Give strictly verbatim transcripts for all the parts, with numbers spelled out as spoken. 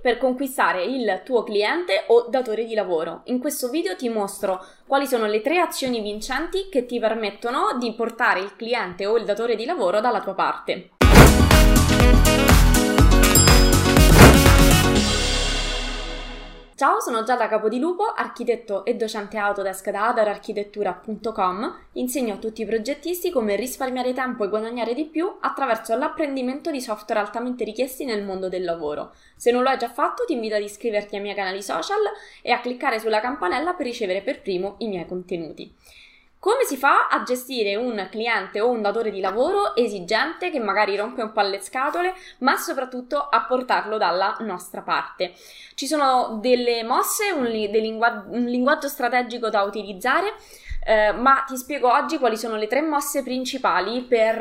per conquistare il tuo cliente o datore di lavoro. In questo video ti mostro quali sono le tre azioni vincenti che ti permettono di portare il cliente o il datore di lavoro dalla tua parte. Ciao, sono Giada Capodilupo, architetto e docente Autodesk da adar architettura punto com. Insegno a tutti i progettisti come risparmiare tempo e guadagnare di più attraverso l'apprendimento di software altamente richiesti nel mondo del lavoro. Se non lo hai già fatto, ti invito ad iscriverti ai miei canali social e a cliccare sulla campanella per ricevere per primo i miei contenuti. Come si fa a gestire un cliente o un datore di lavoro esigente che magari rompe un po' le scatole, ma soprattutto a portarlo dalla nostra parte? Ci sono delle mosse, un, li- dei lingua- un linguaggio strategico da utilizzare, eh, ma ti spiego oggi quali sono le tre mosse principali per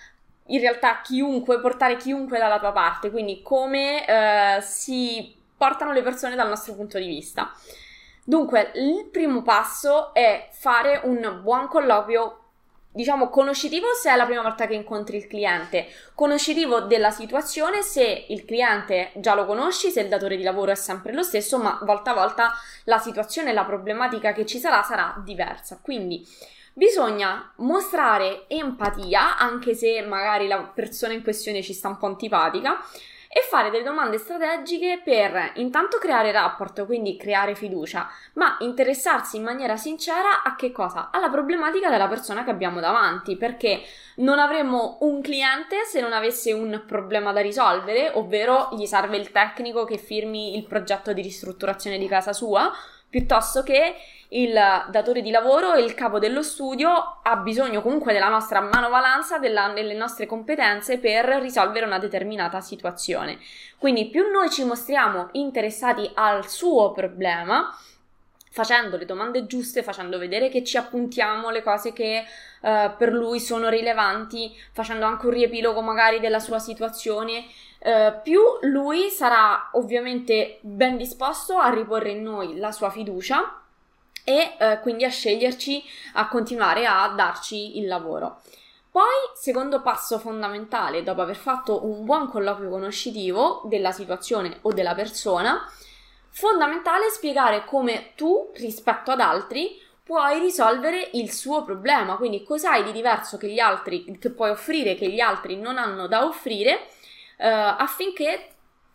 in realtà chiunque, portare chiunque dalla tua parte, quindi come eh, si portano le persone dal nostro punto di vista. Dunque, il primo passo è fare un buon colloquio, diciamo conoscitivo se è la prima volta che incontri il cliente, conoscitivo della situazione se il cliente già lo conosci, se il datore di lavoro è sempre lo stesso, ma volta a volta la situazione e la problematica che ci sarà sarà diversa. Quindi bisogna mostrare empatia, anche se magari la persona in questione ci sta un po' antipatica, e fare delle domande strategiche per intanto creare rapport, quindi creare fiducia, ma interessarsi in maniera sincera a che cosa? Alla problematica della persona che abbiamo davanti, perché non avremmo un cliente se non avesse un problema da risolvere, ovvero gli serve il tecnico che firmi il progetto di ristrutturazione di casa sua, piuttosto che il datore di lavoro e il capo dello studio ha bisogno comunque della nostra manovalanza, della, delle nostre competenze per risolvere una determinata situazione. Quindi più noi ci mostriamo interessati al suo problema, facendo le domande giuste, facendo vedere che ci appuntiamo le cose che uh, per lui sono rilevanti, facendo anche un riepilogo magari della sua situazione, uh, più lui sarà ovviamente ben disposto a riporre in noi la sua fiducia e uh, quindi a sceglierci, a continuare a darci il lavoro. Poi, secondo passo fondamentale, dopo aver fatto un buon colloquio conoscitivo della situazione o della persona, fondamentale spiegare come tu, rispetto ad altri, puoi risolvere il suo problema, quindi cos'hai di diverso che gli altri, che puoi offrire che gli altri non hanno da offrire, eh, affinché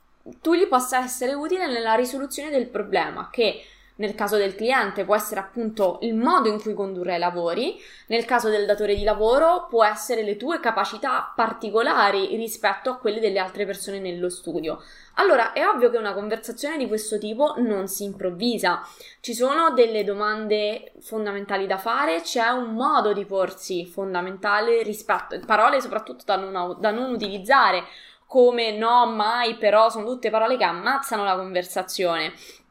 tu gli possa essere utile nella risoluzione del problema, che nel caso del cliente può essere appunto il modo in cui condurre i lavori, nel caso del datore di lavoro può essere le tue capacità particolari rispetto a quelle delle altre persone nello studio. Allora, è ovvio che una conversazione di questo tipo non si improvvisa, ci sono delle domande fondamentali da fare, c'è un modo di porsi fondamentale rispetto, parole soprattutto da non, da non utilizzare, come no, mai, però, sono tutte parole che ammazzano la conversazione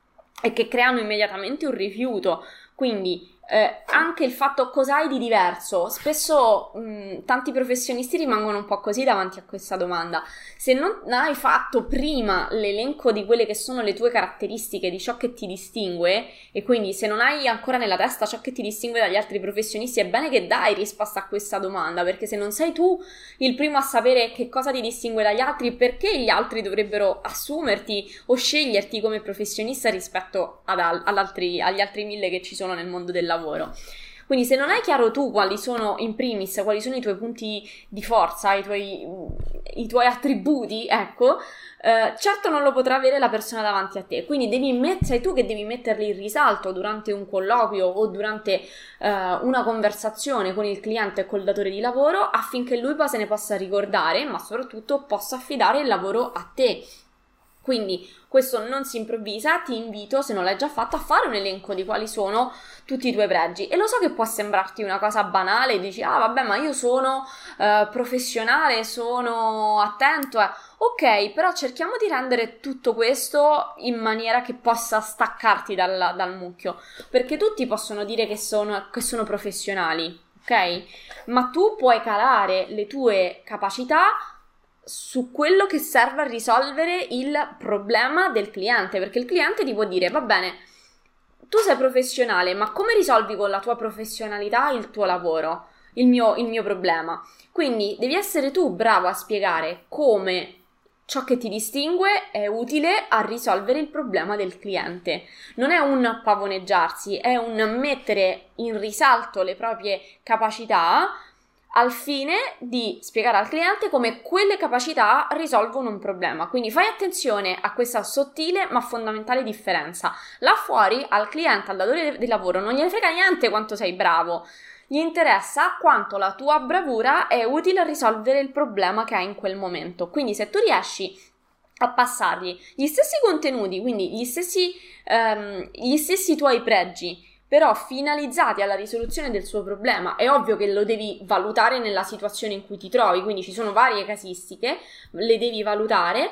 e che creano immediatamente un rifiuto. Quindi eh, anche il fatto cosa hai di diverso, spesso mh, tanti professionisti rimangono un po' così davanti a questa domanda. Se non hai fatto prima l'elenco di quelle che sono le tue caratteristiche, di ciò che ti distingue, e quindi se non hai ancora nella testa ciò che ti distingue dagli altri professionisti, è bene che dai risposta a questa domanda, perché se non sei tu il primo a sapere che cosa ti distingue dagli altri, perché gli altri dovrebbero assumerti o sceglierti come professionista rispetto ad, ad altri, agli altri mille che ci sono nel mondo del lavoro. lavoro. Quindi se non hai chiaro tu quali sono in primis, quali sono i tuoi punti di forza, i tuoi, i tuoi attributi, ecco, eh, certo non lo potrà avere la persona davanti a te, quindi devi met- sei tu che devi metterli in risalto durante un colloquio o durante eh, una conversazione con il cliente e col datore di lavoro, affinché lui poi se ne possa ricordare, ma soprattutto possa affidare il lavoro a te. Quindi questo non si improvvisa, ti invito, se non l'hai già fatto, a fare un elenco di quali sono tutti i tuoi pregi. E lo so che può sembrarti una cosa banale, dici, ah vabbè, ma io sono eh, professionale, sono attento, eh. Ok, però cerchiamo di rendere tutto questo in maniera che possa staccarti dal, dal mucchio, perché tutti possono dire che sono, che sono professionali, ok? Ma tu puoi calare le tue capacità su quello che serve a risolvere il problema del cliente, perché il cliente ti può dire, va bene, tu sei professionale, ma come risolvi con la tua professionalità il tuo lavoro, il mio, il mio problema? Quindi devi essere tu bravo a spiegare come ciò che ti distingue è utile a risolvere il problema del cliente. Non è un pavoneggiarsi, è un mettere in risalto le proprie capacità al fine di spiegare al cliente come quelle capacità risolvono un problema. Quindi fai attenzione a questa sottile ma fondamentale differenza. Là fuori al cliente, al datore di lavoro, non gliene frega niente quanto sei bravo, gli interessa quanto la tua bravura è utile a risolvere il problema che hai in quel momento. Quindi se tu riesci a passargli gli stessi contenuti, quindi gli stessi, ehm, gli stessi tuoi pregi, però finalizzati alla risoluzione del suo problema, è ovvio che lo devi valutare nella situazione in cui ti trovi, quindi ci sono varie casistiche, le devi valutare.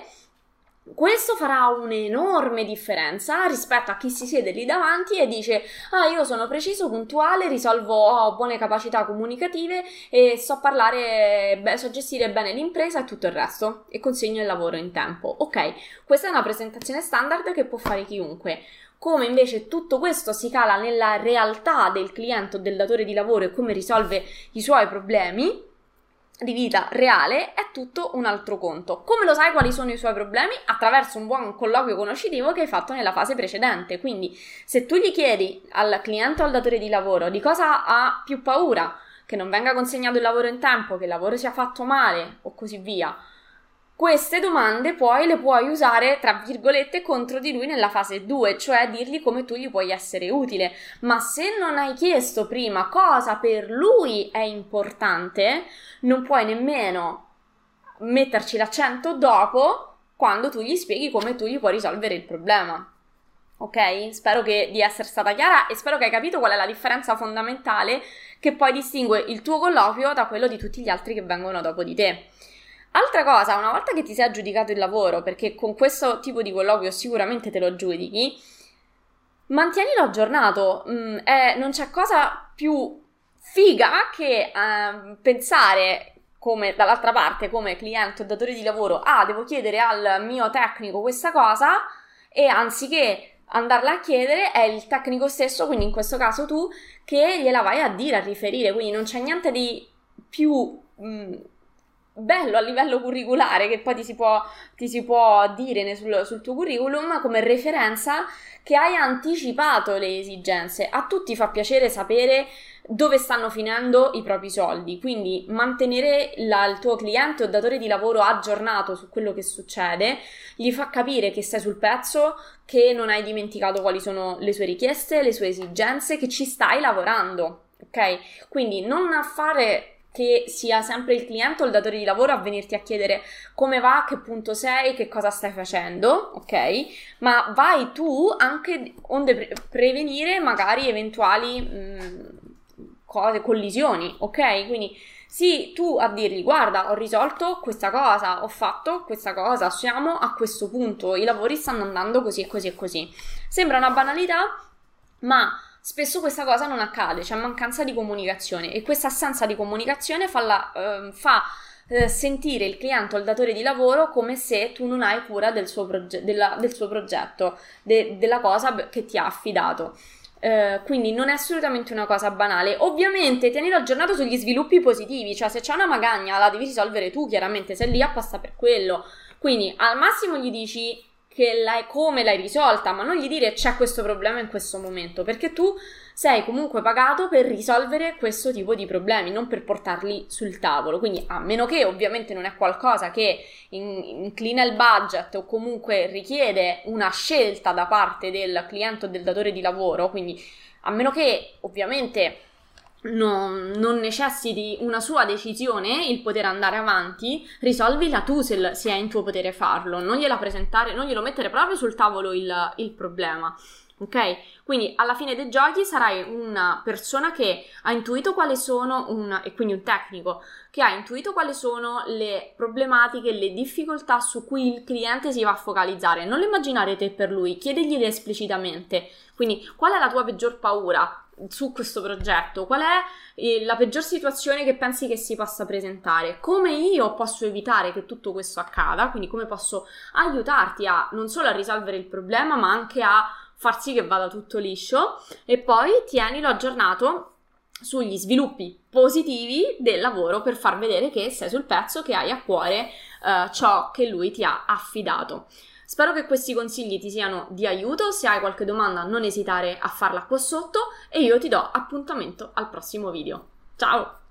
Questo farà un'enorme differenza rispetto a chi si siede lì davanti e dice: ah, io sono preciso, puntuale, risolvo, ho buone capacità comunicative e so parlare, beh, so gestire bene l'impresa e tutto il resto, e consegno il lavoro in tempo. Ok, questa è una presentazione standard che può fare chiunque. Come invece tutto questo si cala nella realtà del cliente o del datore di lavoro e come risolve i suoi problemi di vita reale è tutto un altro conto. Come lo sai quali sono i suoi problemi? Attraverso un buon colloquio conoscitivo che hai fatto nella fase precedente. Quindi se tu gli chiedi al cliente o al datore di lavoro di cosa ha più paura, che non venga consegnato il lavoro in tempo, che il lavoro sia fatto male o così via, queste domande poi le puoi usare, tra virgolette, contro di lui nella fase due, cioè dirgli come tu gli puoi essere utile. Ma se non hai chiesto prima cosa per lui è importante, non puoi nemmeno metterci l'accento dopo, quando tu gli spieghi come tu gli puoi risolvere il problema. Ok? Spero che di essere stata chiara e spero che hai capito qual è la differenza fondamentale che poi distingue il tuo colloquio da quello di tutti gli altri che vengono dopo di te. Altra cosa, una volta che ti sei aggiudicato il lavoro, perché con questo tipo di colloquio sicuramente te lo aggiudichi, mantienilo aggiornato. Mm, è, non c'è cosa più figa che eh, pensare come dall'altra parte, come cliente o datore di lavoro, ah, devo chiedere al mio tecnico questa cosa, e anziché andarla a chiedere è il tecnico stesso, quindi in questo caso tu, che gliela vai a dire, a riferire. Quindi non c'è niente di più mh, bello a livello curriculare che poi ti si può, ti si può dire sul, sul tuo curriculum come referenza che hai anticipato le esigenze. A tutti fa piacere sapere dove stanno finendo i propri soldi, quindi mantenere la, il tuo cliente o datore di lavoro aggiornato su quello che succede gli fa capire che sei sul pezzo, che non hai dimenticato quali sono le sue richieste, le sue esigenze, che ci stai lavorando, ok? Quindi non fare che sia sempre il cliente o il datore di lavoro a venirti a chiedere come va, a che punto sei, che cosa stai facendo, ok? Ma vai tu anche onde pre- prevenire magari eventuali mh, cose, collisioni, ok? Quindi sì, tu a dirgli: guarda, ho risolto questa cosa, ho fatto questa cosa, siamo a questo punto, i lavori stanno andando così e così e così. Sembra una banalità, ma spesso questa cosa non accade, c'è mancanza di comunicazione, e questa assenza di comunicazione fa, la, eh, fa eh, sentire il cliente o il datore di lavoro come se tu non hai cura del suo, proge- della, del suo progetto, de- della cosa che ti ha affidato. Uh, quindi non è assolutamente una cosa banale. Ovviamente tienilo aggiornato sugli sviluppi positivi, cioè se c'è una magagna la devi risolvere tu, chiaramente sei lì apposta per quello, quindi al massimo gli dici che l'hai, come l'hai risolta, ma non gli dire c'è questo problema in questo momento, perché tu sei comunque pagato per risolvere questo tipo di problemi, non per portarli sul tavolo. Quindi a meno che ovviamente non è qualcosa che in, inclina il budget o comunque richiede una scelta da parte del cliente o del datore di lavoro, quindi a meno che ovviamente non, non necessiti una sua decisione il poter andare avanti, risolvila tu se, se è in tuo potere farlo, non gliela presentare, non glielo mettere proprio sul tavolo il, il problema. Ok? Quindi alla fine dei giochi sarai una persona che ha intuito quali sono, un, e quindi un tecnico, che ha intuito quali sono le problematiche, le difficoltà su cui il cliente si va a focalizzare. Non lo immaginare te per lui, chiedigliele esplicitamente. Quindi qual è la tua peggior paura su questo progetto? Qual è eh, la peggior situazione che pensi che si possa presentare? Come io posso evitare che tutto questo accada? Quindi come posso aiutarti a non solo a risolvere il problema, ma anche a far sì che vada tutto liscio, e poi tienilo aggiornato sugli sviluppi positivi del lavoro per far vedere che sei sul pezzo, che hai a cuore uh, ciò che lui ti ha affidato. Spero che questi consigli ti siano di aiuto. Se hai qualche domanda non esitare a farla qua sotto e io ti do appuntamento al prossimo video. Ciao!